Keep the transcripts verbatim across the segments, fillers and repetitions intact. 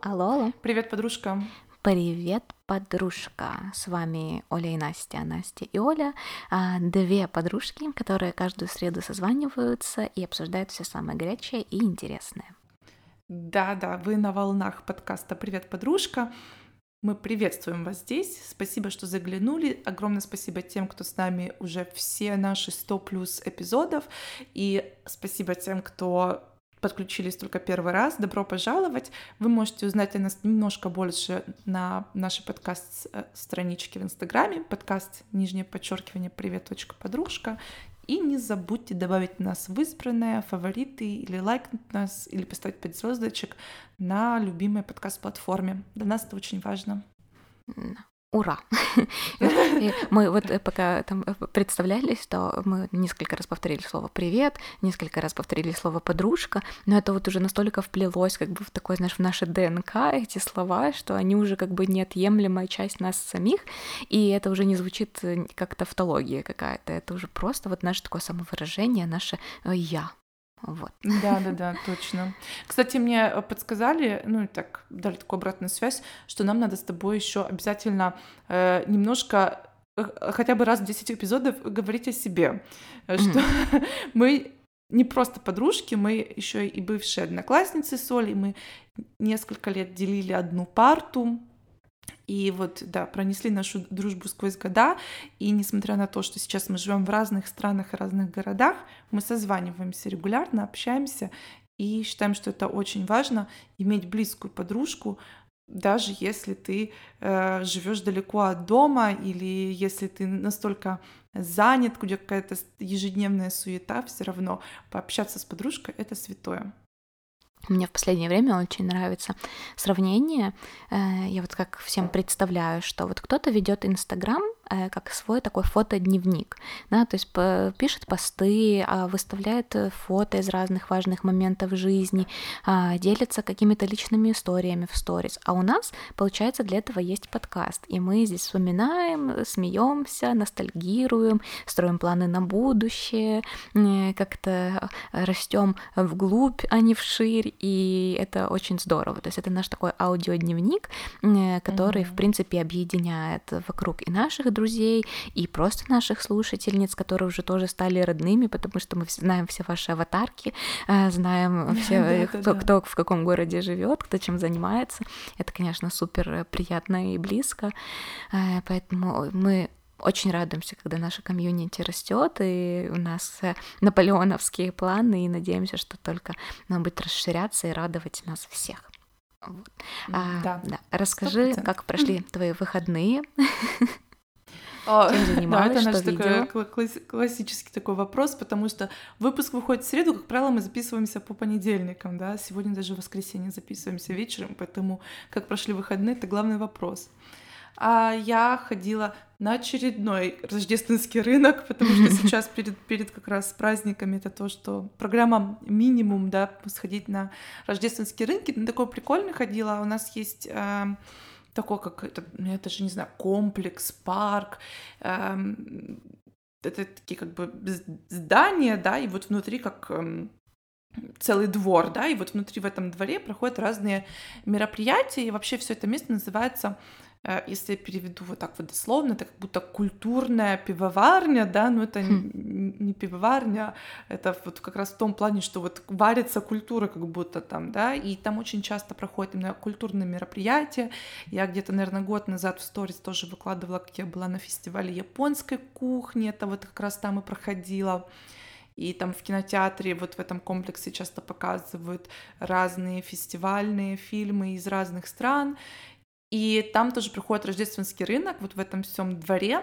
Алло, алло. Привет, подружка. Привет, подружка. С вами Оля и Настя, Настя и Оля. а, Две подружки, которые каждую среду созваниваются и обсуждают все самое горячее и интересное. Да-да, вы на волнах подкаста «Привет, подружка». Мы приветствуем вас здесь. Спасибо, что заглянули. Огромное спасибо тем, кто с нами уже все наши сто плюс эпизодов. И спасибо тем, кто подключились только первый раз. Добро пожаловать. Вы можете узнать о нас немножко больше на нашей подкаст-страничке в Инстаграме. Подкаст, нижнее подчеркивание, привет, точка, подружка. И не забудьте добавить нас в избранное, фавориты, или лайкнуть нас, или поставить пять звездочек на любимой подкаст-платформе. Для нас это очень важно. Ура! И мы вот пока там представлялись, то мы несколько раз повторили слово «привет», несколько раз повторили слово «подружка», но это вот уже настолько вплелось как бы в такое, знаешь, в наше ДНК эти слова, что они уже как бы неотъемлемая часть нас самих, и это уже не звучит как тавтология какая-то, это уже просто вот наше такое самовыражение, наше «я». Вот. Да, да, да, точно. Кстати, мне подсказали, ну и так дали такую обратную связь, что нам надо с тобой еще обязательно э, немножко, э, хотя бы раз в десять эпизодов говорить о себе, mm-hmm. что мы не просто подружки, мы еще и бывшие одноклассницы с Олей, мы несколько лет делили одну парту. И вот, да, пронесли нашу дружбу сквозь года, и несмотря на то, что сейчас мы живем в разных странах и разных городах, мы созваниваемся регулярно, общаемся, и считаем, что это очень важно иметь близкую подружку, даже если ты э, живешь далеко от дома, или если ты настолько занят, где какая-то ежедневная суета, все равно пообщаться с подружкой — это святое. Мне в последнее время очень нравится сравнение. Я вот как всем представляю, что вот кто-то ведет Инстаграм как свой такой фотодневник, да, то есть пишет посты, выставляет фото из разных важных моментов жизни, делится какими-то личными историями в сторис. А у нас, получается, для этого есть подкаст, и мы здесь вспоминаем, смеемся, ностальгируем, строим планы на будущее, как-то растем вглубь, а не вширь, и это очень здорово. То есть это наш такой аудиодневник, который, mm-hmm. в принципе, объединяет вокруг и наших друзей, и просто наших слушательниц, которые уже тоже стали родными, потому что мы знаем все ваши аватарки, знаем все, кто, кто в каком городе живет, кто чем занимается. Это, конечно, супер приятно и близко, поэтому мы очень радуемся, когда наша комьюнити растет, и у нас наполеоновские планы, и надеемся, что только нам будет расширяться и радовать нас всех. Вот. Да. А, да. Расскажи, сто процентов как прошли твои выходные? О, Чем занималась, да, это наш такой класс- классический такой вопрос, потому что выпуск выходит в среду, как правило, мы записываемся по понедельникам, да, сегодня даже в воскресенье записываемся вечером, поэтому как прошли выходные — это главный вопрос. А я ходила на очередной рождественский рынок, потому что сейчас перед, перед как раз праздниками это то, что программа минимум, да, сходить на рождественские рынки. На такой прикольный ходила. У нас есть э, такой, как это, я даже не знаю, комплекс, парк. Э, это такие как бы здания, да, и вот внутри как... Э, целый двор, да, и вот внутри в этом дворе проходят разные мероприятия, и вообще все это место называется, если я переведу вот так вот дословно, это как будто культурная пивоварня, да, но это хм. не пивоварня, это вот как раз в том плане, что вот варится культура как будто там, да, и там очень часто проходят именно культурные мероприятия. Я где-то, наверное, год назад в сторис тоже выкладывала, как я была на фестивале японской кухни, это вот как раз там и проходила. И там в кинотеатре, вот в этом комплексе часто показывают разные фестивальные фильмы из разных стран. И там тоже проходит рождественский рынок, вот в этом всем дворе.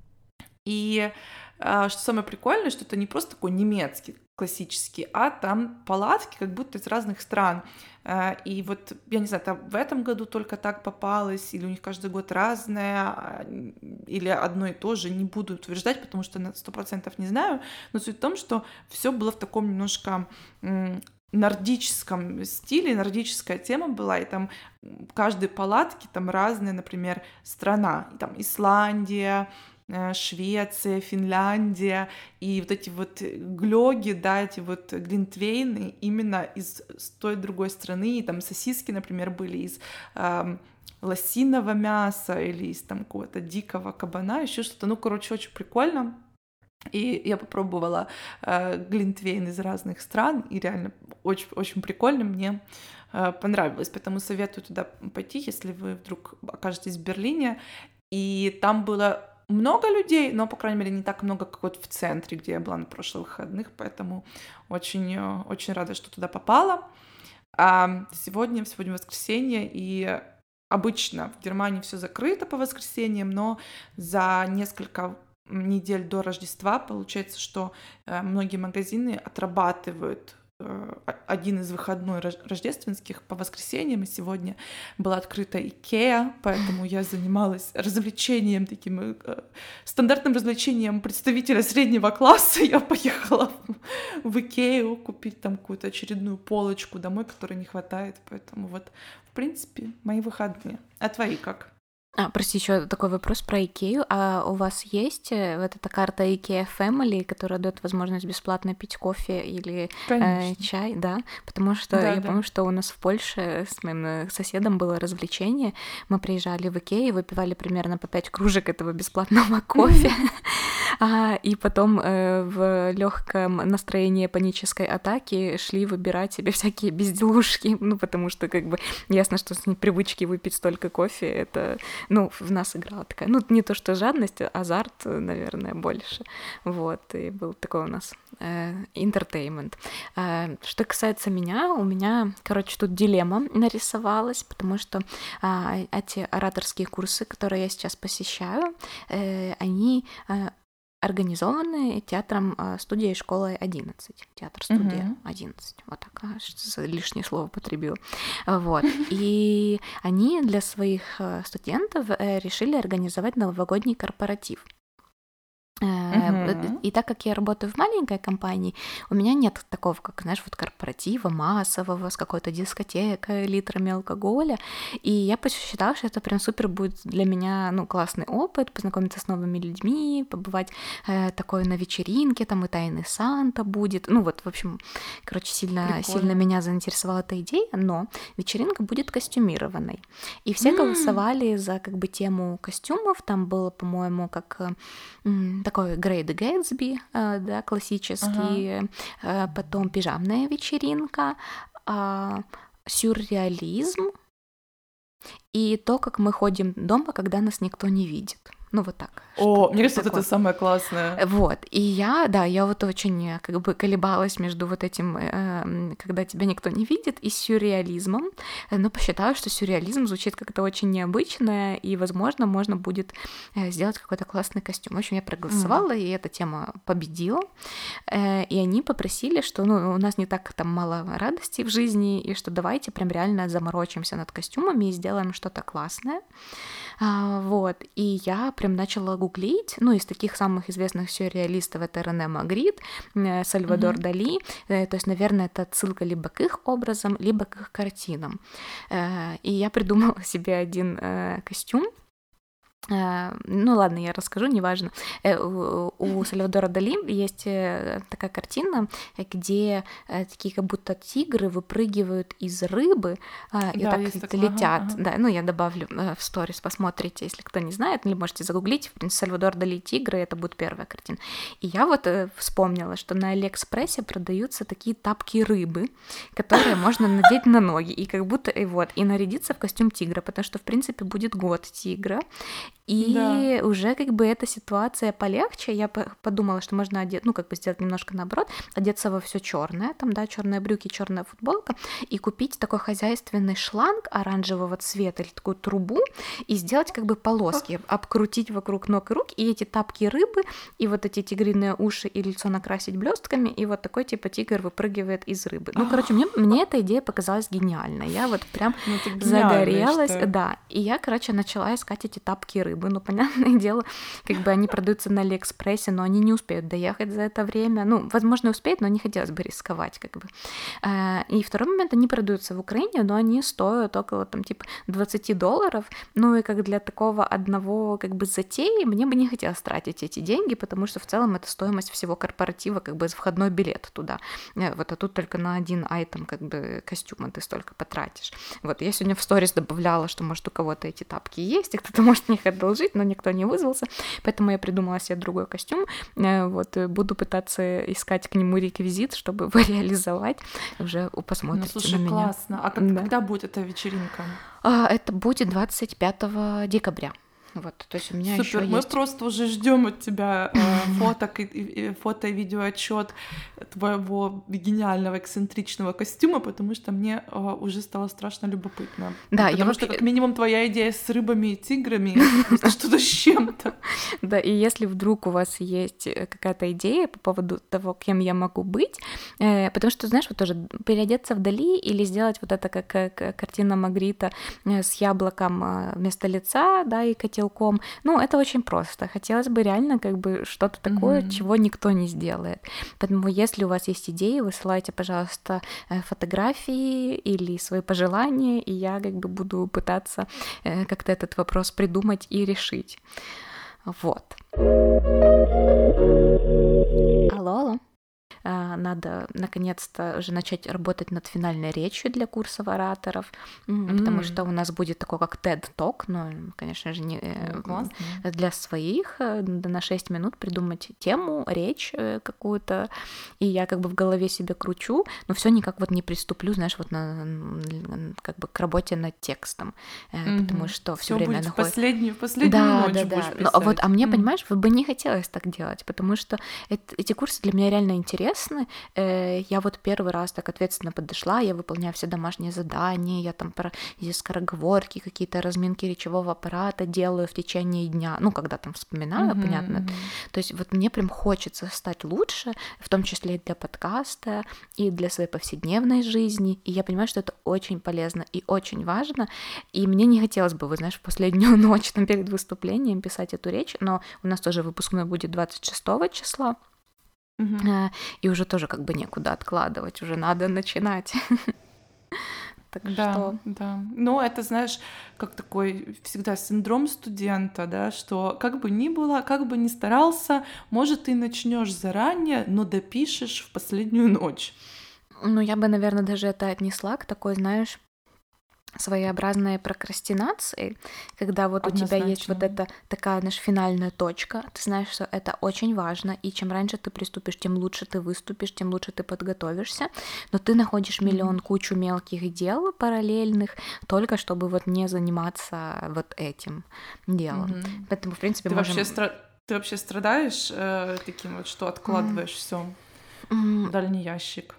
И что самое прикольное, что это не просто такой немецкий, классический, а там палатки как будто из разных стран. И вот, я не знаю, там в этом году только так попалось, или у них каждый год разное, или одно и то же, не буду утверждать, потому что на сто процентов не знаю, но суть в том, что все было в таком немножко нордическом стиле, нордическая тема была, и там в каждой палатке там разная, например, страна, и там Исландия, Швеция, Финляндия, и вот эти вот глёги, да, эти вот глинтвейны именно из с той другой страны, и там сосиски, например, были из э, лосиного мяса или из там какого-то дикого кабана, еще что-то, ну, короче, очень прикольно. И я попробовала э, глинтвейн из разных стран, и реально очень, очень прикольно, мне э, понравилось, поэтому советую туда пойти, если вы вдруг окажетесь в Берлине. И там было много людей, но, по крайней мере, не так много, как вот в центре, где я была на прошлых выходных, поэтому очень, очень рада, что туда попала. А сегодня, сегодня воскресенье, и обычно в Германии все закрыто по воскресеньям, но за несколько недель до Рождества получается, что многие магазины отрабатывают один из выходной рождественских по воскресеньям, и сегодня была открыта Икеа, поэтому я занималась развлечением, таким стандартным развлечением представителя среднего класса. Я поехала в Икею купить там какую-то очередную полочку домой, которой не хватает, поэтому вот, в принципе, мои выходные. А твои как? А, прости, еще такой вопрос про Икею. А у вас есть вот эта карта IKEA Family, которая дает возможность бесплатно пить кофе или э, чай? Да, потому что да, я да. помню, что у нас в Польше с моим соседом было развлечение. Мы приезжали в Икею, выпивали примерно по пять кружек этого бесплатного кофе. А, и потом э, в легком настроении панической атаки шли выбирать себе всякие безделушки, ну, потому что, как бы, ясно, что с непривычки выпить столько кофе, это, ну, в нас играла такая, ну, не то что жадность, а азарт, наверное, больше, вот, и был такой у нас интертеймент. Э, э, что касается меня, у меня, короче, тут дилемма нарисовалась, потому что э, эти ораторские курсы, которые я сейчас посещаю, э, они... Э, организованы театром студией школы одиннадцать. Театр-студия uh-huh. одиннадцать. Вот так, лишнее слово потребила. Вот. И они для своих студентов решили организовать новогодний корпоратив. Uh-huh. И так как я работаю в маленькой компании, у меня нет такого, как, знаешь, вот корпоратива массового с какой-то дискотекой, литрами алкоголя. И я посчитала, что это прям супер будет для меня, ну, классный опыт, познакомиться с новыми людьми, побывать э, такой на вечеринке, там и тайный Санта будет. Ну вот, в общем, короче, сильно, сильно меня заинтересовала эта идея, но вечеринка будет костюмированной. И все mm. голосовали за как бы тему костюмов. Там было, по-моему, как... М- такой Great Gatsby, да, классический, ага. Потом пижамная вечеринка, сюрреализм и то, как мы ходим дома, когда нас никто не видит. Ну, вот так. О, мне кажется, это самое классное. Вот, и я, да, я вот очень как бы колебалась между вот этим, э, когда тебя никто не видит, и сюрреализмом, но посчитала, что сюрреализм звучит как-то очень необычно, и, возможно, можно будет сделать какой-то классный костюм. В общем, я проголосовала, mm. и эта тема победила, э, и они попросили, что, ну, у нас не так там мало радости в жизни, и что давайте прям реально заморочимся над костюмами и сделаем что-то классное. А, вот, и я прям начала гуглить, ну, из таких самых известных сюрреалистов это Рене Магрит, Сальвадор mm-hmm. Дали, то есть, наверное, это отсылка либо к их образам, либо к их картинам. И я придумала себе один костюм. Ну ладно, я расскажу, неважно. У Сальвадора Дали есть такая картина, где такие как будто тигры выпрыгивают из рыбы и да, так такое, летят. Ага, ага. Да, ну я добавлю в сторис, посмотрите, если кто не знает, или можете загуглить. В принципе, Сальвадор Дали тигры, это будет первая картина. И я вот вспомнила, что на Алиэкспрессе продаются такие тапки рыбы, которые можно надеть на ноги, и как будто и вот, и нарядиться в костюм тигра, потому что, в принципе, будет год тигра. И да. уже как бы эта ситуация полегче. Я подумала, что можно одеть, ну, как бы сделать немножко наоборот, одеться во все черное, там, да, черные брюки, черная футболка, и купить такой хозяйственный шланг оранжевого цвета или такую трубу, и сделать как бы полоски, обкрутить вокруг ног и рук, и эти тапки рыбы, и вот эти тигриные уши и лицо накрасить блестками, и вот такой типа тигр выпрыгивает из рыбы. Ну, короче, мне, мне эта идея показалась гениальной. Я вот прям ну, загорелась, да, и я, короче, начала искать эти тапки рыбы. бы, ну, понятное дело, как бы они продаются на Алиэкспрессе, но они не успеют доехать за это время. Ну, возможно, успеют, но не хотелось бы рисковать, как бы. И второй момент, они продаются в Украине, но они стоят около, там, типа, двадцать долларов. Ну, и как для такого одного, как бы, затеи мне бы не хотелось тратить эти деньги, потому что в целом это стоимость всего корпоратива, как бы, входной билет туда. Вот, а тут только на один айтем, как бы, костюма ты столько потратишь. Вот, я сегодня в сторис добавляла, что, может, у кого-то эти тапки есть, и кто-то может их одолжить, но никто не вызвался, поэтому я придумала себе другой костюм, вот, буду пытаться искать к нему реквизит, чтобы его реализовать, уже посмотрите ну, слушай, на меня. Классно. А как, да. когда будет эта вечеринка? А, это будет двадцать пятого декабря. Вот, то есть у меня Супер, еще мы есть... просто уже ждем от тебя э, фоток и, и, фото и видеоотчет твоего гениального эксцентричного костюма, потому что мне э, уже стало страшно любопытно. Да, потому я что вообще... как минимум твоя идея с рыбами и тиграми это что-то с чем-то. Да, и если вдруг у вас есть какая-то идея по поводу того, кем я могу быть, э, потому что, знаешь, вот тоже переодеться вдали или сделать вот это, как, как картина Магрита э, с яблоком э, вместо лица, да, и котелком, ну, это очень просто. Хотелось бы реально как бы что-то такое, mm-hmm. чего никто не сделает. Поэтому если у вас есть идеи, высылайте, пожалуйста, фотографии или свои пожелания, и я как бы буду пытаться э, как-то этот вопрос придумать и решить. Вот. Алло, алло. Надо наконец-то уже начать работать над финальной речью для курсов ораторов, mm. потому что у нас будет такой как TED Talk, но, конечно же, не oh, для своих, на шесть минут придумать тему, речь какую-то, и я как бы в голове себе кручу, но все никак вот не приступлю, знаешь, вот на, как бы к работе над текстом, mm-hmm. потому что все время находится... находит... последнюю, последнюю да, ночь да, будешь да. писать. Но, вот, а мне, mm. понимаешь, бы не хотелось так делать, потому что это, эти курсы для меня реально интересны. Я вот первый раз так ответственно подошла, я выполняю все домашние задания, я там про скороговорки, какие-то разминки речевого аппарата делаю в течение дня, ну, когда там вспоминаю, mm-hmm. понятно. То есть вот мне прям хочется стать лучше, в том числе и для подкаста, и для своей повседневной жизни, и я понимаю, что это очень полезно и очень важно, и мне не хотелось бы, вы знаешь, в последнюю ночь там перед выступлением писать эту речь, но у нас тоже выпускной будет двадцать шестого числа, Uh-huh. и уже тоже как бы некуда откладывать, уже надо начинать. Так да, что... да. Ну, это, знаешь, как такой всегда синдром студента, да, что как бы ни было, как бы ни старался, может, ты начнешь заранее, но допишешь в последнюю ночь. Ну, я бы, наверное, даже это отнесла к такой, знаешь, своеобразной прокрастинации, когда вот Однозначно. у тебя есть вот эта такая, знаешь, финальная точка, ты знаешь, что это очень важно, и чем раньше ты приступишь, тем лучше ты выступишь, тем лучше ты подготовишься, но ты находишь миллион mm-hmm. кучу мелких дел параллельных, только чтобы вот не заниматься вот этим делом. Mm-hmm. Поэтому, в принципе, ты можем... Вообще стра... Ты вообще страдаешь э, таким вот, что откладываешь mm-hmm. все в дальний ящик?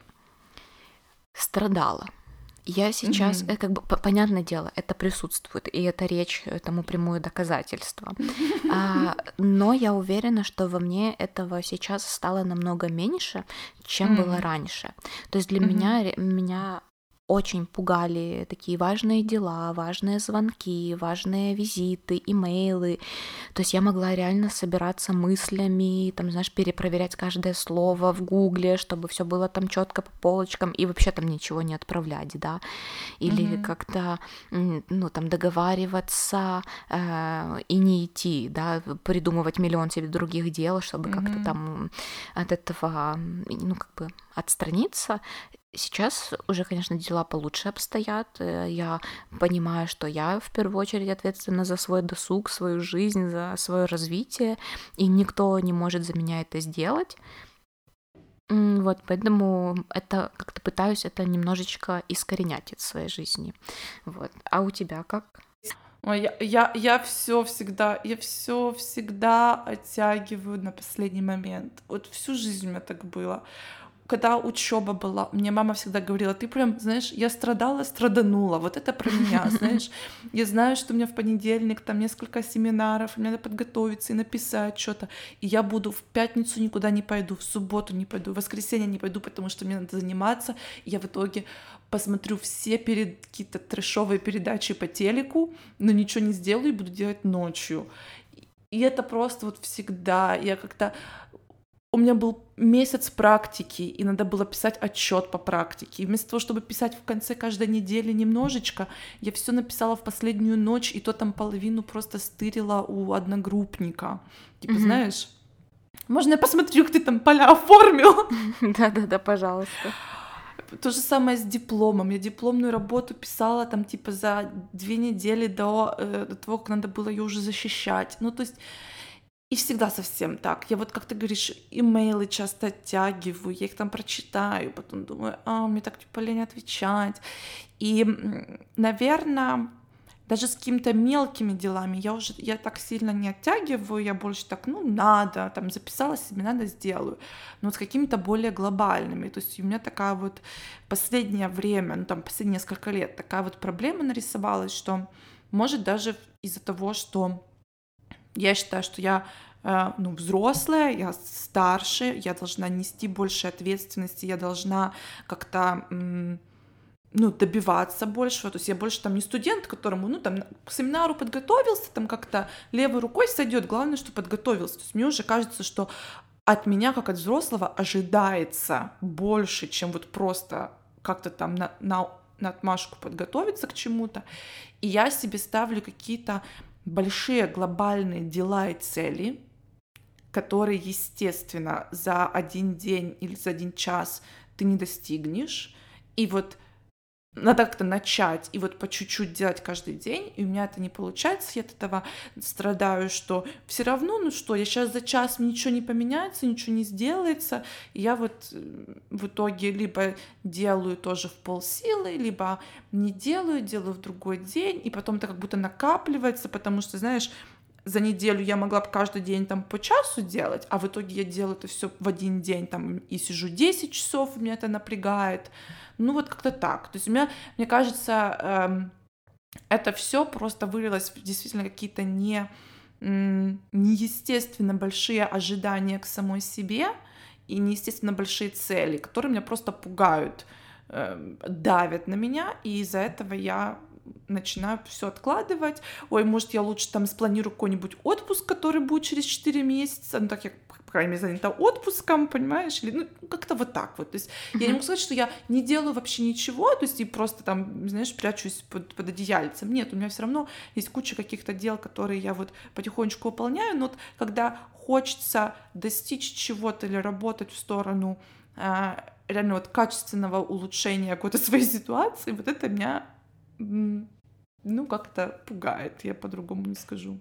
Страдала. Я сейчас, mm-hmm. как бы, понятное дело, это присутствует, и эта речь тому прямое доказательство. А, но я уверена, что во мне этого сейчас стало намного меньше, чем mm-hmm. было раньше. То есть для mm-hmm. меня, меня очень пугали такие важные дела, важные звонки, важные визиты, имейлы. То есть я могла реально собираться мыслями, там, знаешь, перепроверять каждое слово в Гугле, чтобы все было там четко по полочкам, и вообще там ничего не отправлять, да. Или mm-hmm. как-то, ну, там, договариваться э, и не идти, да, придумывать миллион себе других дел, чтобы mm-hmm. как-то там от этого, ну, как бы отстраниться. Сейчас уже, конечно, дела получше обстоят. Я понимаю, что я в первую очередь ответственна за свой досуг, свою жизнь, за свое развитие, и никто не может за меня это сделать. Вот, поэтому это как-то пытаюсь это немножечко искоренять из своей жизни. Вот. А у тебя как? Ой, я, я, я все всегда, я все всегда оттягиваю на последний момент. Вот всю жизнь у меня так было. когда учеба была, мне мама всегда говорила, ты прям, знаешь, я страдала, страданула, вот это про меня, знаешь. Я знаю, что у меня в понедельник там несколько семинаров, мне надо подготовиться и написать что-то, и я буду в пятницу никуда не пойду, в субботу не пойду, в воскресенье не пойду, потому что мне надо заниматься, и я в итоге посмотрю все перед какие-то трэшовые передачи по телеку, но ничего не сделаю и буду делать ночью. И это просто вот всегда, я как-то... У меня был месяц практики, и надо было писать отчет по практике. И вместо того, чтобы писать в конце каждой недели немножечко, я все написала в последнюю ночь, и то там половину просто стырила у одногруппника. Типа, mm-hmm. знаешь, можно я посмотрю, как ты там поля оформил? Да-да-да, пожалуйста. То же самое с дипломом. Я дипломную работу писала там типа за две недели до, э, до того, как надо было ее уже защищать. Ну, то есть... И всегда совсем так. Я вот, как ты говоришь, имейлы часто оттягиваю, я их там прочитаю, потом думаю, а, мне так типа лень отвечать. И, наверное, даже с какими-то мелкими делами я уже, я так сильно не оттягиваю, я больше так, ну, надо, там, записала себе, надо, сделаю. Но вот с какими-то более глобальными. То есть у меня такая вот последнее время, ну, там, последние несколько лет такая вот проблема нарисовалась, что, может, даже из-за того, что я считаю, что я э, ну, взрослая, я старше, я должна нести больше ответственности, я должна как-то м, ну, добиваться большего. То есть я больше там не студент, которому ну, там, к семинару подготовился, там как-то левой рукой сойдет. Главное, что подготовился. То есть мне уже кажется, что от меня, как от взрослого, ожидается больше, чем вот просто как-то там на, на, на отмашку подготовиться к чему-то. И я себе ставлю какие-то большие глобальные дела и цели, которые, естественно, за один день или за один час ты не достигнешь. И вот надо как-то начать и вот по чуть-чуть делать каждый день, и у меня это не получается, я от этого страдаю, что все равно, ну что, я сейчас за час ничего не поменяется, ничего не сделается, и я вот в итоге либо делаю тоже в полсилы, либо не делаю, делаю в другой день, и потом это как будто накапливается, потому что, знаешь, за неделю я могла бы каждый день там по часу делать, а в итоге я делаю это все в один день там и сижу десять часов, и меня это напрягает. Ну вот как-то так. То есть у меня, мне кажется, эм, это все просто вылилось в действительно какие-то не, м, неестественно большие ожидания к самой себе и неестественно большие цели, которые меня просто пугают, э, давят на меня, и из-за этого я начинаю все откладывать. Ой, может, я лучше там спланирую какой-нибудь отпуск, который будет через четыре месяца. Ну, так я, по крайней мере, занята отпуском, понимаешь? Или, ну, как-то вот так вот. То есть mm-hmm. я не могу сказать, что я не делаю вообще ничего, то есть и просто там, знаешь, прячусь под, под одеяльцем. Нет, у меня все равно есть куча каких-то дел, которые я вот потихонечку выполняю, но вот когда хочется достичь чего-то или работать в сторону э, реально вот качественного улучшения какой-то своей ситуации, вот это меня... ну, как-то пугает, я по-другому не скажу.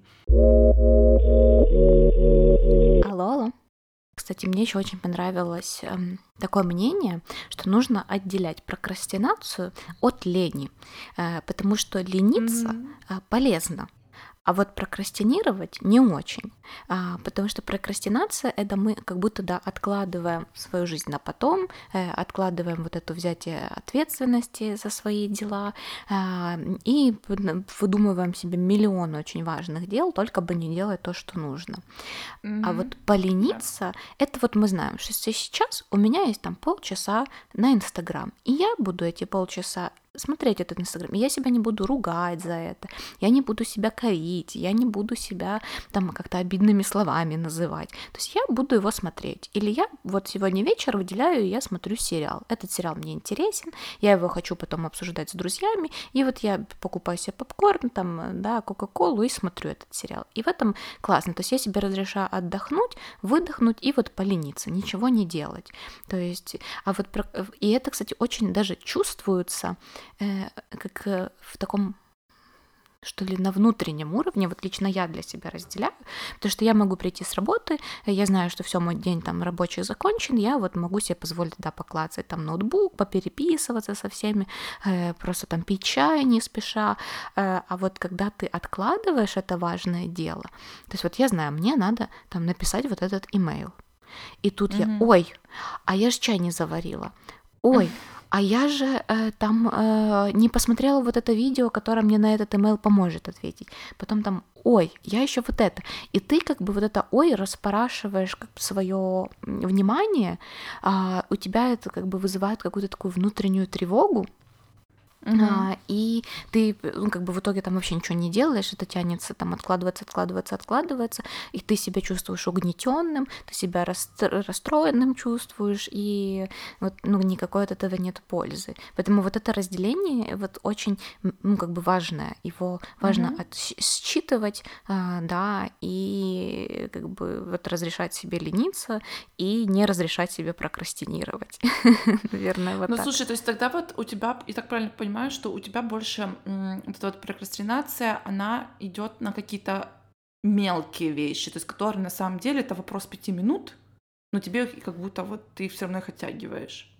Алло, алло. Кстати, мне еще очень понравилось эм, такое мнение, что нужно отделять прокрастинацию от лени, э, потому что лениться mm-hmm. э, полезно. А вот прокрастинировать не очень, а, потому что прокрастинация — это мы как будто да, откладываем свою жизнь на потом, э, откладываем вот это взятие ответственности за свои дела э, и выдумываем себе миллион очень важных дел, только бы не делать то, что нужно. Mm-hmm. А вот полениться yeah. — это вот мы знаем, что сейчас у меня есть там полчаса на Инстаграм, и я буду эти полчаса смотреть этот Инстаграм, я себя не буду ругать за это, я не буду себя корить, я не буду себя там как-то обидными словами называть, то есть я буду его смотреть, или я вот сегодня вечер выделяю, и я смотрю сериал, этот сериал мне интересен, я его хочу потом обсуждать с друзьями, и вот я покупаю себе попкорн, там, да, кока-колу и смотрю этот сериал, и в этом классно, то есть я себе разрешаю отдохнуть, выдохнуть и вот полениться, ничего не делать, то есть, а вот, и это, кстати, очень даже чувствуется как в таком, что ли, на внутреннем уровне, вот лично я для себя разделяю, потому что я могу прийти с работы, я знаю, что все, мой день там рабочий закончен, я вот могу себе позволить, да, поклацать там ноутбук, попереписываться со всеми, просто там пить чай не спеша, а вот когда ты откладываешь это важное дело, то есть вот я знаю, мне надо там написать вот этот имейл, И тут Мгм. я, ой, а я же чай не заварила. Ой, а я же э, там э, не посмотрела вот это видео, которое мне на этот имейл поможет ответить. Потом там, ой, я еще вот это. И ты как бы вот это ой распорашиваешь как бы свое внимание, а у тебя это как бы вызывает какую-то такую внутреннюю тревогу, Мгм. а, и ты, ну, как бы в итоге там вообще ничего не делаешь, это тянется, там откладывается, откладывается, откладывается, и ты себя чувствуешь угнетенным, ты себя расстро- расстроенным чувствуешь, и вот, ну, никакой от этого нет пользы. Поэтому вот это разделение вот очень, м, ну, как бы важное, его важно Мгм. отсч- считывать, а, да, и как бы вот разрешать себе лениться и не разрешать себе прокрастинировать. Наверное, вот Ну, так. слушай, то есть тогда вот у тебя, я так правильно понимаю, что у тебя больше м, вот эта вот прокрастинация, она идет на какие-то мелкие вещи, то есть которые на самом деле это вопрос пяти минут, но тебе их как будто вот ты все равно их оттягиваешь.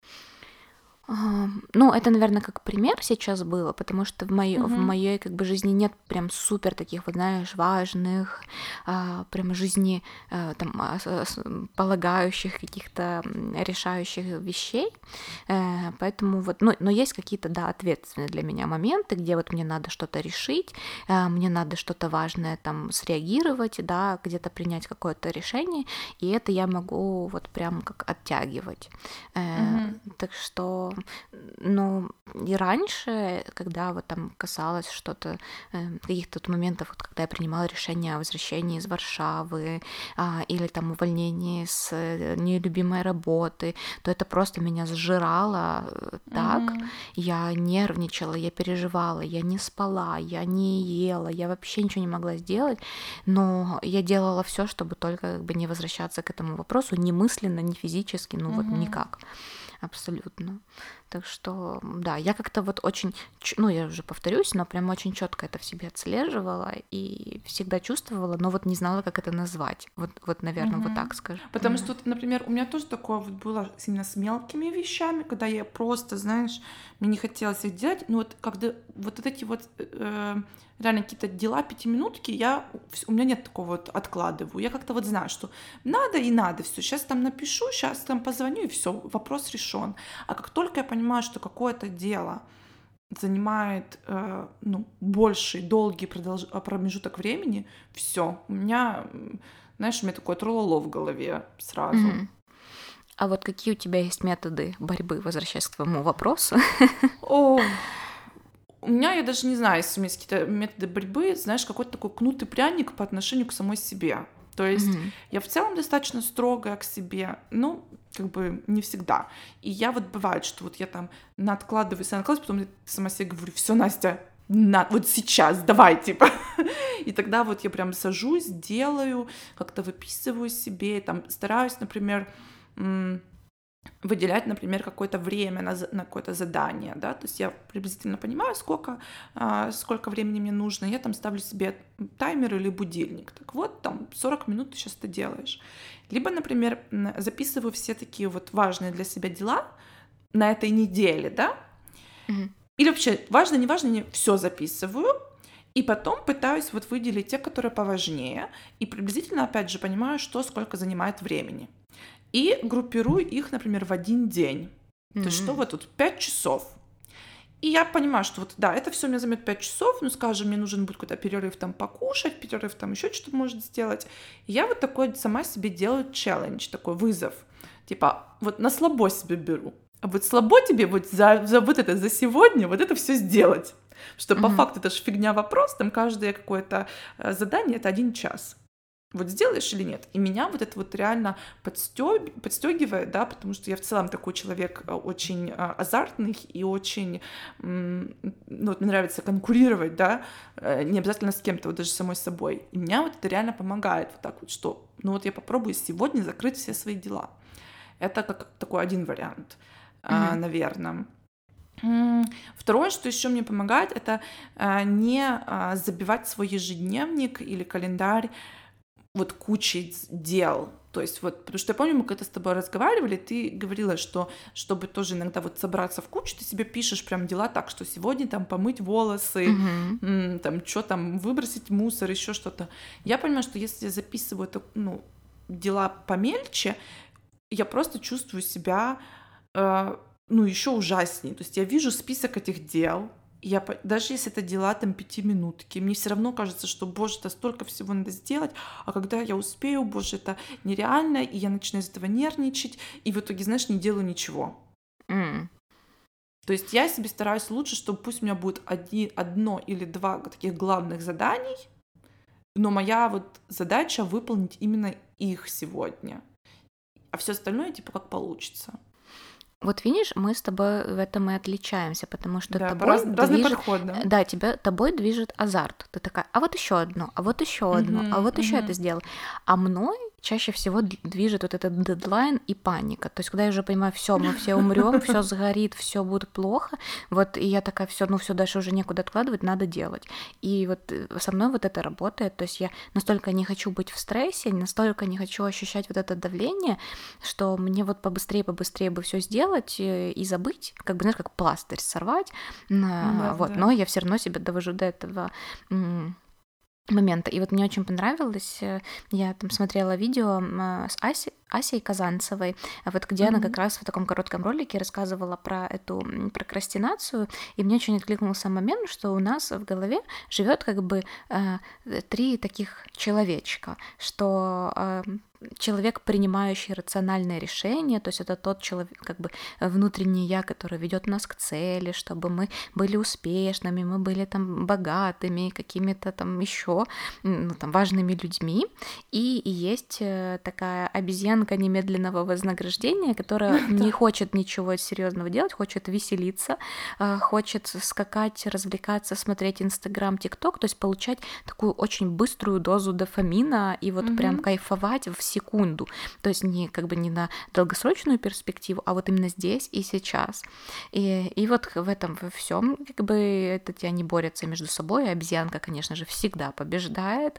А, ну, это, наверное, как пример сейчас было, потому что в моей, в Мгм. моей как бы жизни нет прям супер таких, вот знаешь, важных, а, прям жизни а, там ос- ос- полагающих каких-то м, решающих вещей, Э, поэтому вот, ну, но есть какие-то, да, ответственные для меня моменты, где вот мне надо что-то решить, э, мне надо что-то важное там среагировать, да, где-то принять какое-то решение, и это я могу вот прям как оттягивать. Э, Мгм. Так что, ну, и раньше, когда вот там касалось что-то, э, каких-то вот моментов, вот когда я принимала решение о возвращении из Варшавы, а, или там увольнении с э, нелюбимой работы, то это просто меня сжирало э, так. Мгм. Я нервничала, я переживала, я не спала, я не ела, я вообще ничего не могла сделать, но я делала все, чтобы только как бы не возвращаться к этому вопросу ни мысленно, ни физически, ну вот Мгм. никак. Абсолютно. Так что, да, я как-то вот очень, ч- ну, я уже повторюсь, но прям очень четко это в себе отслеживала и всегда чувствовала, но вот не знала, как это назвать. Вот, вот наверное, вот Мгм. так скажу. Потому что, вот, например, у меня тоже такое вот было именно с мелкими вещами, когда я просто, знаешь, мне не хотелось их делать, но вот когда вот эти вот э, реально какие-то дела пятиминутки, я, вс- у меня нет такого вот откладываю. Я как-то вот знаю, что надо и надо, все, сейчас там напишу, сейчас там позвоню, и все, вопрос решен. А как только я понимаю, что какое-то дело занимает э, ну, больший, долгий продолж- а, промежуток времени, все, у меня, м, знаешь, у меня такое трололо в голове сразу. Мгм. А вот какие у тебя есть методы борьбы, возвращаясь к твоему вопросу? О, у меня, я даже не знаю, если у меня есть какие-то методы борьбы, знаешь, какой-то такой кнут и пряник по отношению к самой себе. То есть Мгм. я в целом достаточно строгая к себе, ну, как бы не всегда. И я вот бывает, что вот я там надкладываюсь, надкладываюсь, потом я сама себе говорю, все, Настя, на, вот сейчас, давай, типа. И тогда вот я прям сажусь, делаю, как-то выписываю себе, там стараюсь, например, м, выделять, например, какое-то время на, за- на какое-то задание, да, то есть я приблизительно понимаю, сколько, а, сколько времени мне нужно, я там ставлю себе таймер или будильник, так вот, там, сорок минут ты сейчас это делаешь. Либо, например, м, записываю все такие вот важные для себя дела на этой неделе, да, Мгм. или вообще, важно, не важно, не все записываю, и потом пытаюсь вот выделить те, которые поважнее, и приблизительно, опять же, понимаю, что сколько занимает времени. И группирую их, например, в один день. То есть что М. вот тут пять часов. И я понимаю, что вот да, это все мне займет пять часов, ну, скажем, мне нужен будет какой-то перерыв там покушать, перерыв там еще что-то может сделать. И я вот такой сама себе делаю челлендж, такой вызов. Типа, вот на слабо себе беру. А вот слабо тебе вот за, за вот это, за сегодня вот это все сделать. Что по Мгм. факту это же фигня вопрос, там каждое какое-то э, задание это один час. Вот сделаешь или нет? И меня вот это вот реально подстёг... подстегивает, да, потому что я в целом такой человек э, очень э, азартный и очень, м, ну, вот мне нравится конкурировать, да, э, не обязательно с кем-то, вот даже самой собой. И меня вот это реально помогает вот так вот, что, ну вот я попробую сегодня закрыть все свои дела. Это как такой один вариант, Мгм. наверное. Второе, что еще мне помогает, это э, не а, забивать свой ежедневник или календарь вот кучей дел. То есть вот, потому что я помню, мы когда с тобой разговаривали, ты говорила, что чтобы тоже иногда вот собраться в кучу, ты себе пишешь прям дела так, что сегодня там помыть волосы, Мгм. м, там что там, выбросить мусор, еще что-то. Я понимаю, что если я записываю это, ну, дела помельче, я просто чувствую себя, э, ну, еще ужаснее. То есть я вижу список этих дел, я, даже если это дела там пятиминутки, мне все равно кажется, что, боже, это столько всего надо сделать, а когда я успею, боже, это нереально, и я начинаю из этого нервничать, и в итоге, знаешь, не делаю ничего. Mm. То есть я себе стараюсь лучше, чтобы пусть у меня будет одни, одно или два таких главных заданий, но моя вот задача выполнить именно их сегодня, а все остальное типа как получится. Вот видишь, мы с тобой в этом и отличаемся, потому что да, тобой раз, разный движет, подход, да? да, тебя тобой движет азарт. Ты такая, а вот еще одно, а вот еще одно, uh-huh, а вот еще uh-huh. это сделал. А мной чаще всего движет вот этот дедлайн и паника. То есть, когда я уже понимаю, все, мы все умрем, все сгорит, все будет плохо, вот, и я такая, все, ну все, дальше уже некуда откладывать, надо делать. И вот со мной вот это работает. То есть я настолько не хочу быть в стрессе, настолько не хочу ощущать вот это давление, что мне вот побыстрее, побыстрее бы все сделать и забыть, как бы, знаешь, как пластырь сорвать, да, вот, да. но я все равно себя довожу до этого момента. И вот мне очень понравилось, я там смотрела видео с Асей, Асей Казанцевой, вот где mm-hmm. она как раз в таком коротком ролике рассказывала про эту прокрастинацию, и мне очень откликнулся момент, что у нас в голове живет как бы э, три таких человечка, что э, человек, принимающий рациональное решение, то есть это тот человек, как бы внутренний я, который ведет нас к цели, чтобы мы были успешными, мы были там богатыми, какими-то там еще ну, там, важными людьми. И, и есть такая обезьянка немедленного вознаграждения, которая не хочет ничего серьезного делать, хочет веселиться, хочет скакать, развлекаться, смотреть Инстаграм, ТикТок, то есть получать такую очень быструю дозу дофамина и вот прям кайфовать в секунду, то есть не как бы не на долгосрочную перспективу, а вот именно здесь и сейчас. И, и вот в этом во всем как бы это они борются между собой, обезьянка, конечно же, всегда побеждает,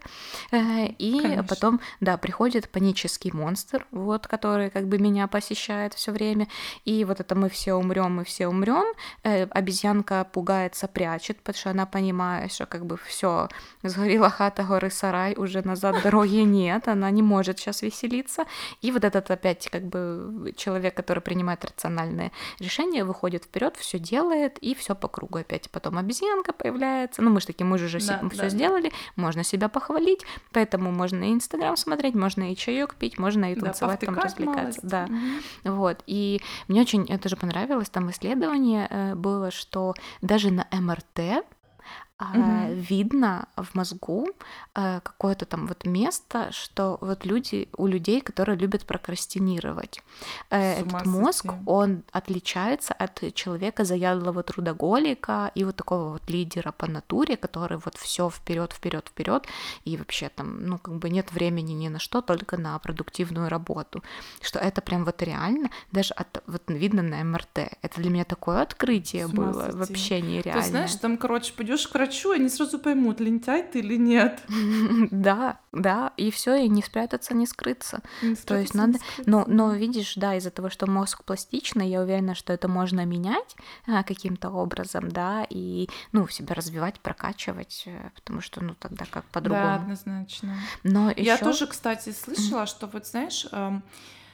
и конечно. Потом, да, приходит панический монстр, вот, который как бы меня посещает все время, и вот это мы все умрем, мы все умрем, обезьянка пугается, прячет, потому что она понимает, что как бы все сгорела хата, горы сарай, уже назад дороги нет, она не может сейчас веселиться. И вот этот опять как бы человек, который принимает рациональное решение, выходит вперед, все делает, и все по кругу опять. Потом обезьянка появляется. Ну, мы же такие, мы же уже да, все да, сделали, да. Можно себя похвалить, поэтому можно и Инстаграм смотреть, можно и чаек пить, можно и танцевать, да, там развлекаться. Да. Угу. Вот. И мне очень это же понравилось, там исследование было, что даже на эм эр тэ Uh-huh. видно в мозгу какое-то там вот место, что вот люди, у людей, которые любят прокрастинировать. Этот мозг, он отличается от человека заядлого трудоголика и вот такого вот лидера по натуре, который вот все вперед, вперед, вперед, и вообще там, ну, как бы нет времени ни на что, только на продуктивную работу. Что это прям вот реально, даже от, вот видно на эм эр тэ. Это для меня такое открытие было, вообще нереально. То есть, знаешь, там, короче, пойдешь к врачу, они сразу поймут, лентяй ты или нет. Да, да, и все, и не спрятаться, не скрыться. Не спрятаться, То есть надо, не скрыться. но, но видишь, да, из-за того, что мозг пластичный, я уверена, что это можно менять а, каким-то образом, да, и, ну, себя развивать, прокачивать, потому что, ну, тогда как по-другому. Да, однозначно. Но ещё... Я тоже, кстати, слышала, что вот, знаешь, эм,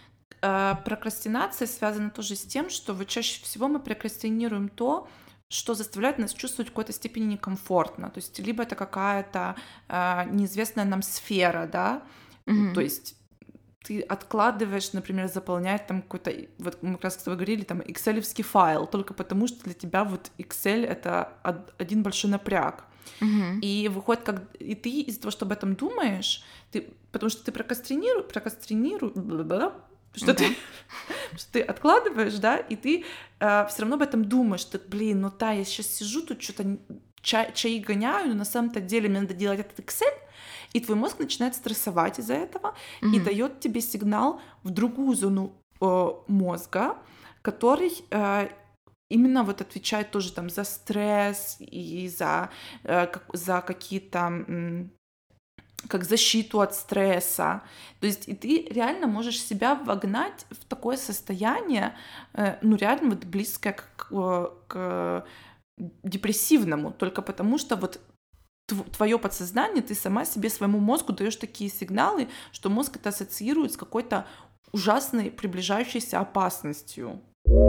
э, прокрастинация связана тоже с тем, что вот чаще всего мы прокрастинируем то, что заставляет нас чувствовать в какой-то степени некомфортно. То есть либо это какая-то э, неизвестная нам сфера, да, mm-hmm. то есть ты откладываешь, например, заполнять там какой-то, вот мы как раз с тобой говорили, там, экселевский файл, только потому что для тебя вот Excel — это один большой напряг. Mm-hmm. И выходит, как и ты из-за того, что об этом думаешь, ты, потому что ты прокрастинируешь, прокрастинируешь, что, mm-hmm. ты, что ты откладываешь, да, и ты э, все равно об этом думаешь, ты, блин, ну да, я сейчас сижу, тут что-то чай, чаи гоняю, но на самом-то деле мне надо делать этот Excel, и твой мозг начинает стрессовать из-за этого mm-hmm. и дает тебе сигнал в другую зону э, мозга, который э, именно вот отвечает тоже там за стресс и за, э, как, за какие-то... М- как защиту от стресса. То есть и ты реально можешь себя вогнать в такое состояние, ну реально вот близкое к, к депрессивному, только потому что вот твое подсознание, ты сама себе, своему мозгу даешь такие сигналы, что мозг это ассоциирует с какой-то ужасной приближающейся опасностью.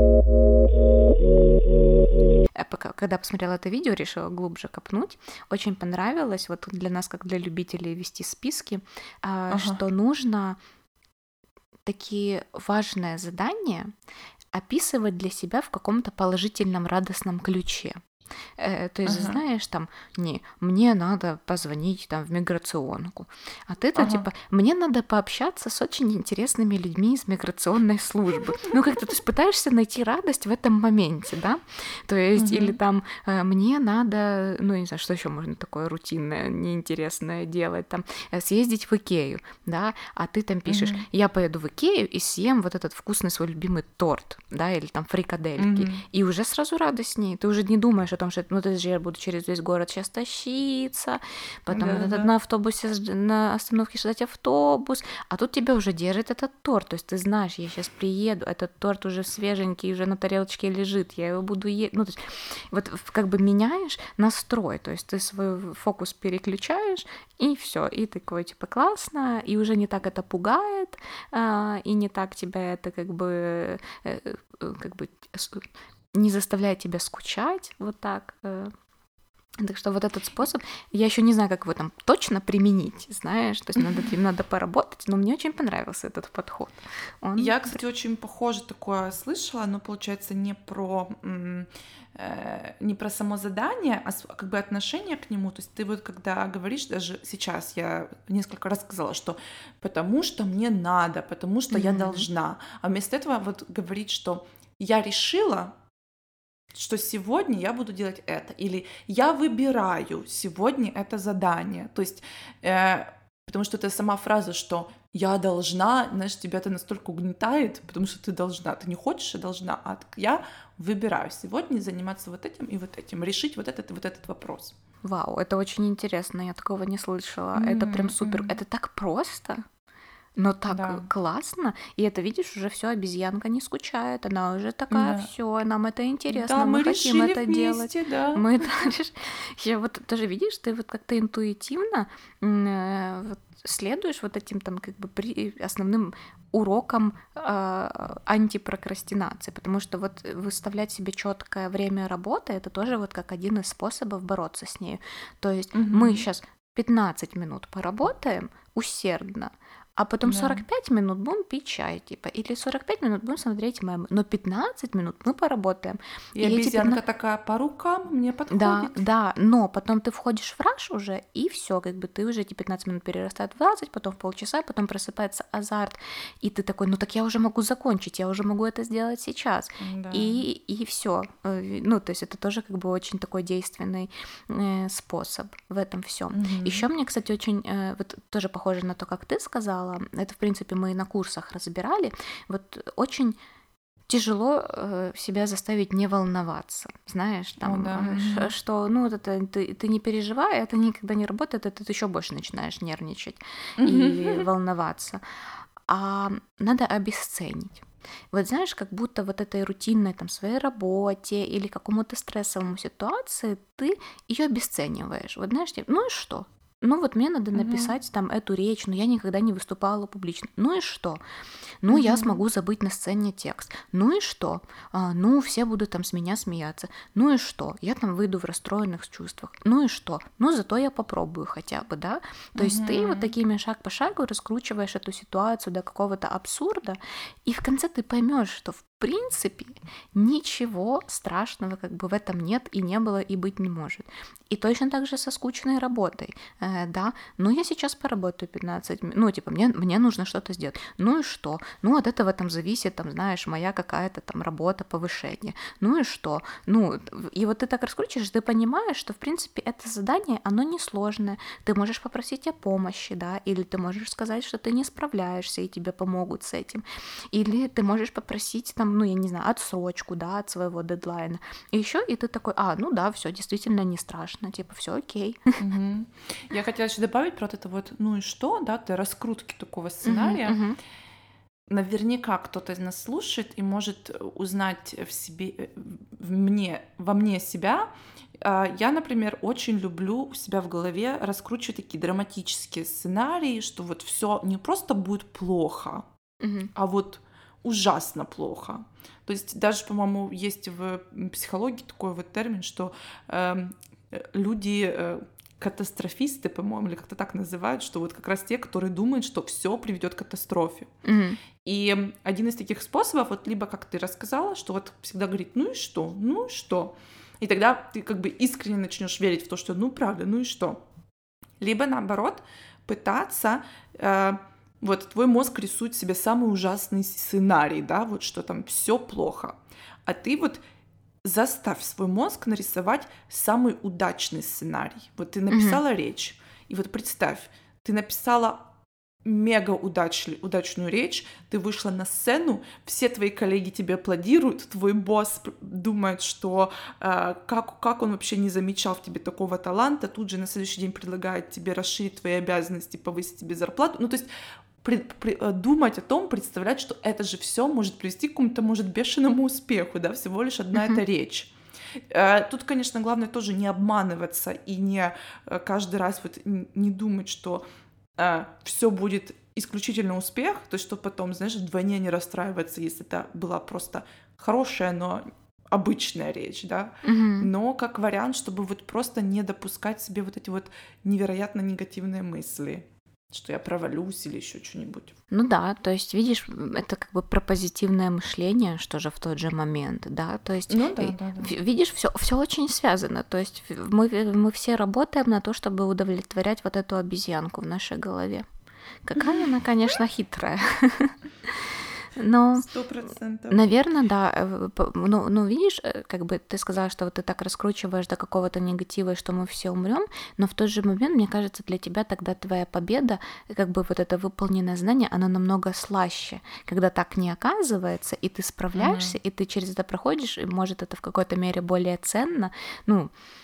Когда посмотрела это видео, решила глубже копнуть. Очень понравилось, вот для нас, как для любителей вести списки, ага. что нужно такие важные задания описывать для себя в каком-то положительном, радостном ключе. То есть, ага. знаешь, там, не, мне надо позвонить там в миграционку, а ты-то ага. типа, мне надо пообщаться с очень интересными людьми из миграционной службы. Ну, как-то ты пытаешься найти радость в этом моменте, да? То есть, угу. или там, мне надо, ну, не знаю, что еще можно такое рутинное, неинтересное делать, там, съездить в Икею, да, а ты там пишешь, угу. я поеду в Икею и съем вот этот вкусный свой любимый торт, да, или там фрикадельки, угу. и уже сразу радостнее, ты уже не думаешь о том, что ну, это же я буду через весь город сейчас тащиться, потом да, да. на автобусе, на остановке ждать автобус, а тут тебя уже держит этот торт, то есть ты знаешь, я сейчас приеду, этот торт уже свеженький, уже на тарелочке лежит, я его буду есть, ну, то есть вот как бы меняешь настрой, то есть ты свой фокус переключаешь, и все, и такой, типа, классно, и уже не так это пугает, и не так тебя это как бы, как бы не заставляет тебя скучать, вот так. Так что вот этот способ, я еще не знаю, как его там точно применить, знаешь, то есть надо, надо поработать, но мне очень понравился этот подход. Он... Я, кстати, очень похоже такое слышала, но получается не про э, не про само задание, а как бы отношение к нему. То есть ты вот когда говоришь, даже сейчас я несколько раз сказала, что потому что мне надо, потому что mm-hmm. я должна, а вместо этого вот говорить, что я решила, что сегодня я буду делать это, или я выбираю сегодня это задание. То есть, э, потому что это сама фраза, что я должна, знаешь, тебя это настолько угнетает, потому что ты должна, ты не хочешь, а должна, а я выбираю сегодня заниматься вот этим и вот этим, решить вот этот и вот этот вопрос. Вау, это очень интересно, я такого не слышала, mm-hmm. это прям супер, mm-hmm. это так просто. Но так да. классно, и это, видишь, уже все, обезьянка не скучает, она уже такая, да. все, нам это интересно, да, мы, мы хотим это вместе, делать. Да. Мы дальше. Я вот тоже видишь, ты вот как-то интуитивно э, вот, следуешь вот этим там как бы при, основным урокам э, антипрокрастинации, потому что вот выставлять себе четкое время работы, это тоже вот как один из способов бороться с ней. То есть угу. мы сейчас пятнадцать минут поработаем усердно, а потом да. сорок пять минут будем пить чай, типа, или сорок пять минут будем смотреть мемы, но пятнадцать минут мы поработаем. И, и обезьянка пятнадцать... такая, по рукам мне подходит. Да, да, но потом ты входишь в раш уже, и все, как бы ты уже эти пятнадцать минут перерастает в двадцать, потом в полчаса, потом просыпается азарт, и ты такой, ну так я уже могу закончить, я уже могу это сделать сейчас. Да. И, и все. Ну, то есть это тоже как бы очень такой действенный э, способ в этом всем. Угу. Еще мне, кстати, очень, э, вот тоже похоже на то, как ты сказала, это, в принципе, мы и на курсах разбирали, вот очень тяжело э, себя заставить не волноваться, знаешь, там, О, да. ш- что, ну, вот это ты, ты не переживай, это никогда не работает, это ты еще больше начинаешь нервничать и волноваться, а надо обесценить. Вот знаешь, как будто вот этой рутинной там своей работе или какому-то стрессовому ситуации ты ее обесцениваешь. Вот знаешь, ну и что? Ну вот мне надо написать uh-huh. там эту речь, но я никогда не выступала публично. Ну и что? Ну uh-huh. я смогу забыть на сцене текст. Ну и что? А, ну все будут там с меня смеяться. Ну и что? Я там выйду в расстроенных чувствах. Ну и что? Ну зато я попробую хотя бы, да? То uh-huh. есть ты вот такими шаг по шагу раскручиваешь эту ситуацию до какого-то абсурда, и в конце ты поймешь, что в В принципе, ничего страшного как бы в этом нет и не было и быть не может. И точно так же со скучной работой, э, да, ну я сейчас поработаю пятнадцать минут, ну типа мне, мне нужно что-то сделать, ну и что, ну от этого там зависит, там знаешь, моя какая-то там работа, повышение, ну и что, ну и вот ты так раскручиваешь, ты понимаешь, что в принципе это задание, оно несложное, ты можешь попросить о помощи, да, или ты можешь сказать, что ты не справляешься и тебе помогут с этим, или ты можешь попросить там, ну, я не знаю, отсрочку, да, от своего дедлайна. И еще и ты такой, а, ну да, все действительно не страшно, типа, все окей. Угу. Я хотела еще добавить про это вот, ну и что, да, для раскрутки такого сценария. Угу, угу. наверняка кто-то из нас слушает и может узнать в себе, в мне, во мне себя. Я, например, очень люблю у себя в голове раскручивать такие драматические сценарии, что вот все не просто будет плохо, Мгм. а вот ужасно плохо. То есть даже, по-моему, есть в психологии такой вот термин, что э, люди э, катастрофисты, по-моему, или как-то так называют, что вот как раз те, которые думают, что все приведет к катастрофе. Мгм. И один из таких способов, вот либо, как ты рассказала, что вот всегда говорит, ну и что, ну и что. И тогда ты как бы искренне начнешь верить в то, что ну правда, ну и что. Либо наоборот, пытаться, э, вот твой мозг рисует себе самый ужасный сценарий, да, вот что там все плохо. А ты вот заставь свой мозг нарисовать самый удачный сценарий. Вот ты написала речь, и вот представь, ты написала мега удачный, удачную речь, ты вышла на сцену, все твои коллеги тебе аплодируют, твой босс думает, что э, как, как он вообще не замечал в тебе такого таланта, тут же на следующий день предлагает тебе расширить твои обязанности, повысить тебе зарплату. Ну, то есть при, при, думать о том, представлять, что это же все может привести к какому-то, может, бешеному успеху, да, всего лишь одна Мгм. эта речь. Э, Тут, конечно, главное тоже не обманываться и не э, каждый раз вот н- не думать, что все будет исключительно успех, то есть что потом, знаешь, вдвойне не расстраиваться, если это была просто хорошая, но обычная речь, да, Мгм. но как вариант, чтобы вот просто не допускать себе вот эти вот невероятно негативные мысли, что я провалюсь или еще что-нибудь. Ну да, то есть, видишь, м, это как бы про позитивное мышление, что же в тот же момент, да, то есть, Ну да, э, да, да. ви- видишь, все, все очень связано, то есть в- мы, э, мы все работаем на то, чтобы удовлетворять вот эту обезьянку в нашей голове. Какая она, конечно, хитрая. Но, Сто процентов. наверное, да. э, п- Ну, ну, видишь, э, как бы ты сказала, что вот ты так раскручиваешь до какого-то негатива, и что мы все умрем, но в тот же момент, мне кажется, для тебя тогда твоя победа, э, как бы вот это выполненное знание, оно намного слаще, когда так не оказывается, и ты справляешься, Мгм. и ты через это проходишь, и может это в какой-то мере более ценно, ну,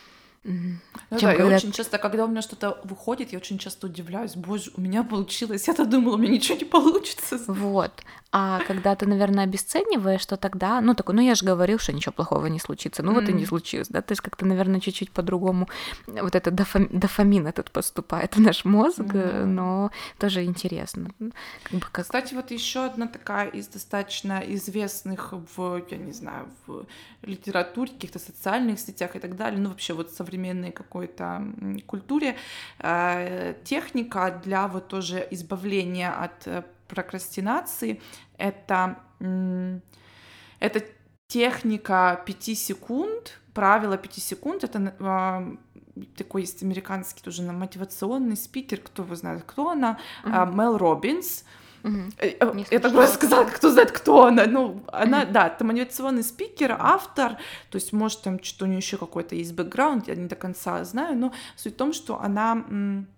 м, Ну чем да, я когда... очень часто, когда у меня что-то выходит, я очень часто удивляюсь, боже, у меня получилось, я-то думала, у меня ничего не получится. Вот. А когда ты, наверное, обесцениваешь, то тогда, ну, такой, ну, я же говорил, что ничего плохого не случится. Ну, вот и не М. случилось, да? То есть как-то, наверное, чуть-чуть по-другому вот этот дофам... дофамин этот поступает в наш мозг, э, Мгм. но тоже интересно. М, Как бы как... Кстати, вот еще одна такая из достаточно известных в, я не знаю, в литературе, каких-то социальных сетях и так далее, ну вообще вот современной какой-то м, культуре, э, техника для вот тоже избавления от э, прокрастинации, это, м, это техника пяти секунд, правило пяти секунд, это а, такой есть американский тоже мотивационный спикер, кто его знает, кто она, а, Мгм. Мел Робинс. Мгм. Э, э, Не Я так слышала просто сказала, такого. кто знает, кто она. Ну, она, Мгм. да, это мотивационный спикер, автор, то есть, может, там что-то у нее еще какой-то есть бэкграунд, я не до конца знаю, но суть в том, что она м,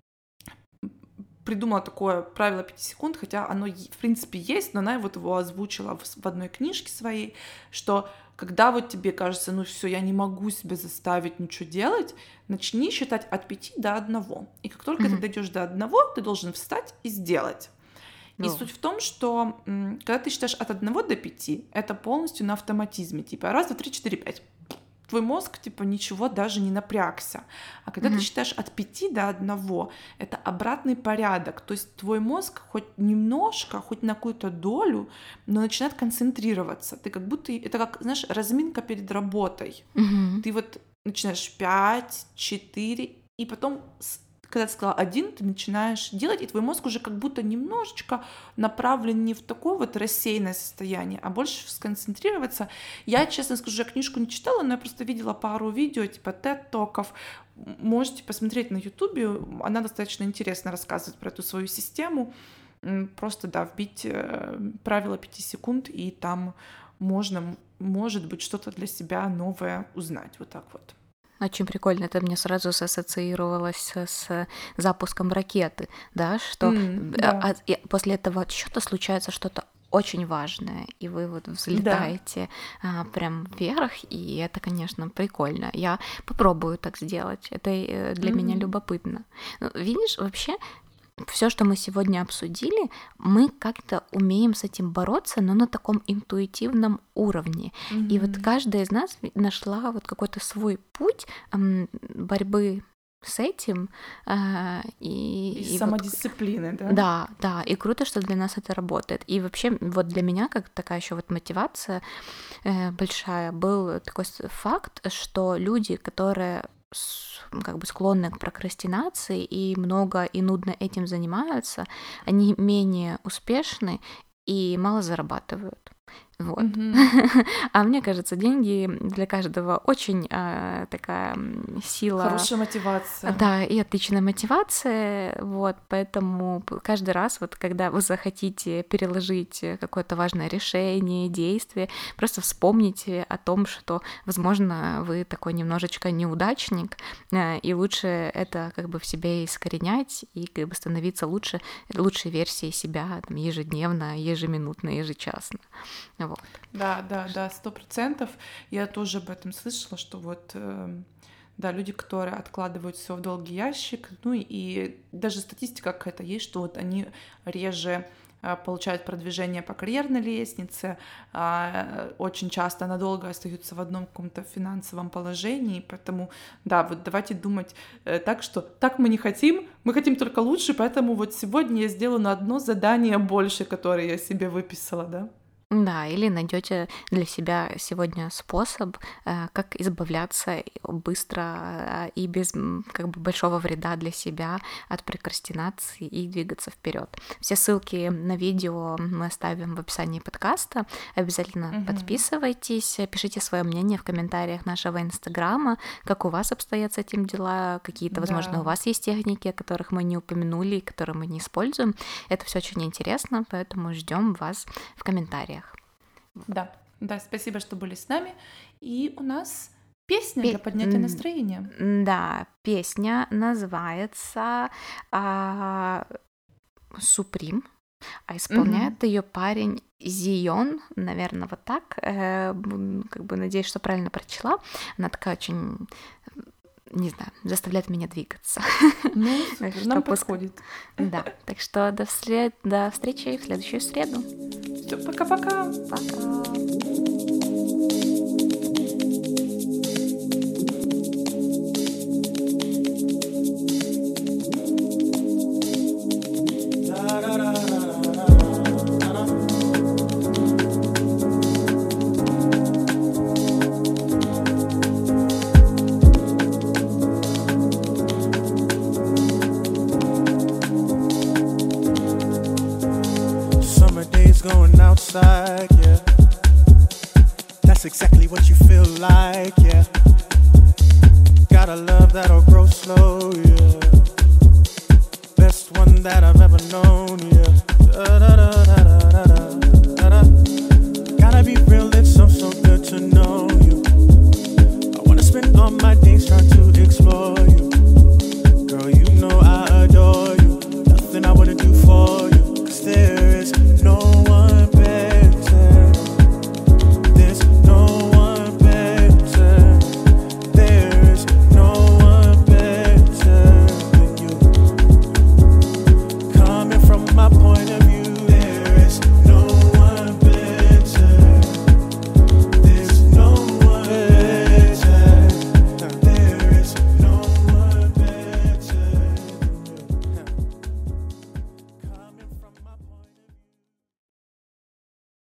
придумала такое правило пяти секунд, хотя оно, в принципе, есть, но она вот его озвучила в, в одной книжке своей, что когда вот тебе кажется, ну все, я не могу себя заставить ничего делать, начни считать от пяти до одного. И как только ты Мгм. дойдешь до одного, ты должен встать и сделать. И Ну, суть в том, что м, когда ты считаешь от одного до пяти, это полностью на автоматизме. Типа раз, два, три, четыре, пять. Твой мозг, типа, ничего даже не напрягся. А когда ты Мгм. считаешь от пяти до одного, это обратный порядок. То есть твой мозг хоть немножко, хоть на какую-то долю, но начинает концентрироваться. Ты как будто... Это как, знаешь, разминка перед работой. Мгм. Ты вот начинаешь пять, четыре, и потом, с- когда ты сказала один, ты начинаешь делать, и твой мозг уже как будто немножечко направлен не в такое вот рассеянное состояние, а больше сконцентрироваться. Я, честно скажу, я книжку не читала, но я просто видела пару видео, типа тед-токов. Можете посмотреть на ютубе, она достаточно интересно рассказывает про эту свою систему. М, Просто, да, вбить э, правило пяти секунд, и там можно, может быть, что-то для себя новое узнать. Вот так вот. Очень прикольно, это мне сразу ассоциировалось с, с запуском ракеты, да, что М, м, а- да, а- и после этого отсчета случается что-то очень важное, и вы вот да. взлетаете а, прям вверх, и это, конечно, прикольно. Я попробую так сделать, это э, для меня Мгм. любопытно. Ну, видишь, вообще все, что мы сегодня обсудили, мы как-то умеем с этим бороться, но на таком интуитивном уровне. Mm-hmm. И вот каждая из нас нашла вот какой-то свой путь борьбы с этим. И, и, и самодисциплины, вот, да? Да, да, и круто, что для нас это работает. И вообще вот для меня, как такая еще вот мотивация э, большая, был такой факт, что люди, которые как бы склонны к прокрастинации и много и нудно этим занимаются, они менее успешны и мало зарабатывают. Вот. Mm-hmm. А мне кажется, деньги для каждого очень э, такая сила. Хорошая мотивация. Да, и отличная мотивация. Вот, поэтому каждый раз, вот, когда вы захотите переложить какое-то важное решение, действие, просто вспомните о том, что, возможно, вы такой немножечко неудачник, э, и лучше это как бы в себе искоренять и как бы становиться лучше, лучшей версией себя там, ежедневно, ежеминутно, ежечасно. Вот. Да, да, да, сто процентов. Я тоже об этом слышала, что вот, э, да, люди, которые откладывают все в долгий ящик, ну и даже статистика какая-то есть, что вот они реже э, получают продвижение по карьерной лестнице, э, очень часто надолго остаются в одном каком-то финансовом положении, поэтому, да, вот давайте думать э, так, что так мы не хотим, мы хотим только лучше, поэтому вот сегодня я сделаю на одно задание больше, которое я себе выписала, да. Да, или найдете для себя сегодня способ, как избавляться быстро и без как бы большого вреда для себя от прокрастинации и двигаться вперед. Все ссылки на видео мы оставим в описании подкаста. Обязательно угу. подписывайтесь, пишите свое мнение в комментариях нашего инстаграма, как у вас обстоят с этим дела, какие-то, возможно, да. у вас есть техники, о которых мы не упомянули, которые мы не используем. Это все очень интересно, поэтому ждем вас в комментариях. Да, да, спасибо, что были с нами. И у нас песня Пе- для поднятия настроения. Да, песня называется а, «Суприм», а исполняет mm-hmm. ее парень Зион, наверное, вот так. Э, как бы надеюсь, что правильно прочла. Она такая очень, не знаю, заставляет меня двигаться. Ну, нам подходит. Да, так что до, вслед... до встречи в следующую среду. Все, пока-пока. Пока. Going outside, yeah. That's exactly what you feel like, yeah. Got a love that'll grow slow, yeah. Best one that I've ever known, yeah. Da, da, da, da, da.